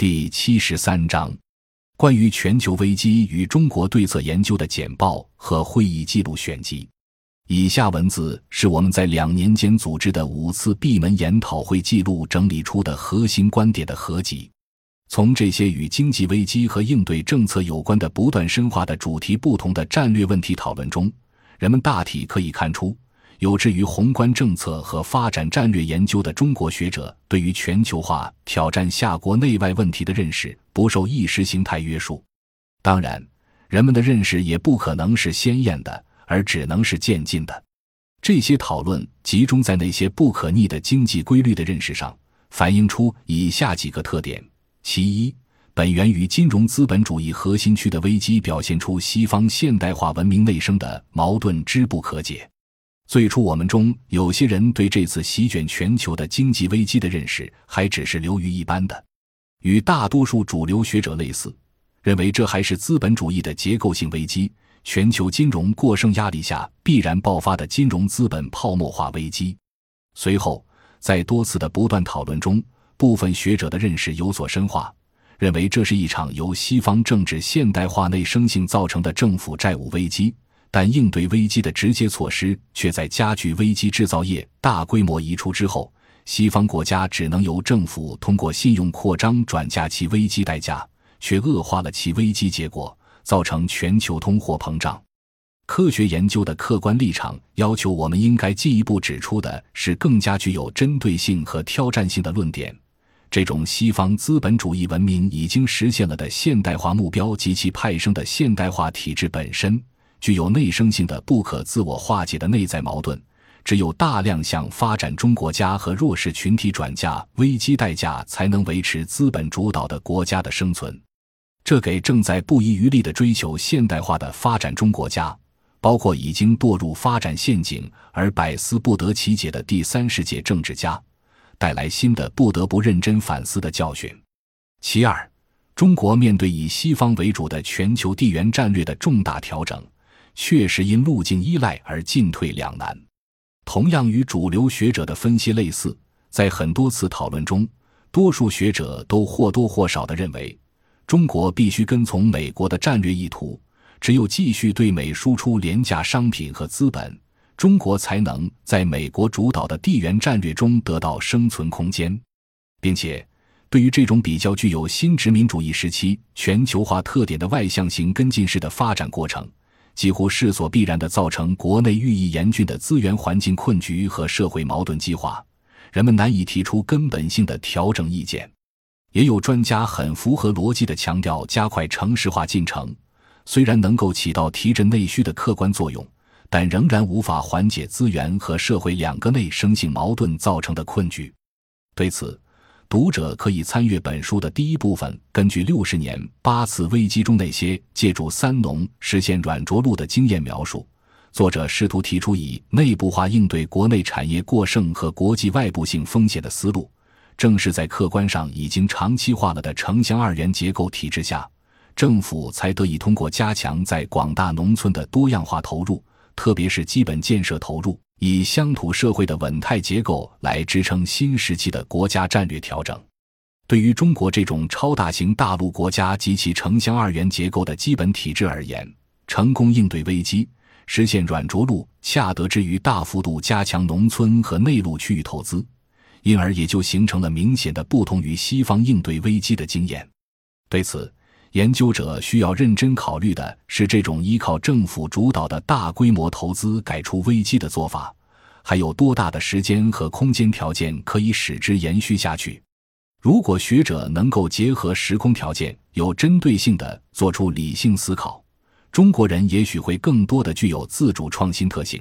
第73章，关于全球危机与中国对策研究的简报和会议记录选集。以下文字是我们在2年间组织的5次闭门研讨会记录整理出的核心观点的合集。从这些与经济危机和应对政策有关的不断深化的主题不同的战略问题讨论中，人们大体可以看出，有志于宏观政策和发展战略研究的中国学者对于全球化挑战下国内外问题的认识不受意识形态约束。当然，人们的认识也不可能是鲜艳的，而只能是渐进的。这些讨论集中在那些不可逆的经济规律的认识上，反映出以下几个特点。其一，本源于金融资本主义核心区的危机表现出西方现代化文明内生的矛盾之不可解。最初我们中有些人对这次席卷全球的经济危机的认识还只是流于一般的，与大多数主流学者类似，认为这还是资本主义的结构性危机，全球金融过剩压力下必然爆发的金融资本泡沫化危机。随后在多次的不断讨论中，部分学者的认识有所深化，认为这是一场由西方政治现代化内生性造成的政府债务危机，但应对危机的直接措施却在加剧危机制造业大规模移出之后，西方国家只能由政府通过信用扩张转嫁其危机代价，却恶化了其危机结果，造成全球通货膨胀。科学研究的客观立场要求我们应该进一步指出的是更加具有针对性和挑战性的论点。这种西方资本主义文明已经实现了的现代化目标及其派生的现代化体制本身具有内生性的不可自我化解的内在矛盾，只有大量向发展中国家和弱势群体转嫁危机代价，才能维持资本主导的国家的生存。这给正在不遗余力地追求现代化的发展中国家，包括已经堕入发展陷阱而百思不得其解的第三世界政治家，带来新的不得不认真反思的教训。其二，中国面对以西方为主的全球地缘战略的重大调整，确实因路径依赖而进退两难。同样与主流学者的分析类似，在很多次讨论中，多数学者都或多或少地认为，中国必须跟从美国的战略意图，只有继续对美输出廉价商品和资本，中国才能在美国主导的地缘战略中得到生存空间。并且对于这种比较具有新殖民主义时期全球化特点的外向型跟进式的发展过程，几乎势所必然地造成国内愈益严峻的资源环境困局和社会矛盾激化，人们难以提出根本性的调整意见。也有专家很符合逻辑地强调加快城市化进程，虽然能够起到提振内需的客观作用，但仍然无法缓解资源和社会两个内生性矛盾造成的困局。对此，读者可以参阅本书的第一部分，根据60年8次危机中那些借助三农实现软着陆的经验描述，作者试图提出以内部化应对国内产业过剩和国际外部性风险的思路。正是在客观上已经长期化了的城乡二元结构体制下，政府才得以通过加强在广大农村的多样化投入，特别是基本建设投入，以乡土社会的稳态结构来支撑新时期的国家战略调整。对于中国这种超大型大陆国家及其城乡二元结构的基本体制而言，成功应对危机，实现软着陆，恰得之于大幅度加强农村和内陆区域投资，因而也就形成了明显的不同于西方应对危机的经验。对此，研究者需要认真考虑的是，这种依靠政府主导的大规模投资改出危机的做法，还有多大的时间和空间条件可以使之延续下去。如果学者能够结合时空条件，有针对性地做出理性思考，中国人也许会更多的具有自主创新特性。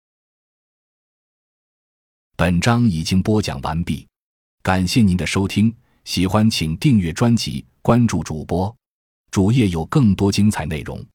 本章已经播讲完毕，感谢您的收听，喜欢请订阅专辑，关注主播，主页有更多精彩内容。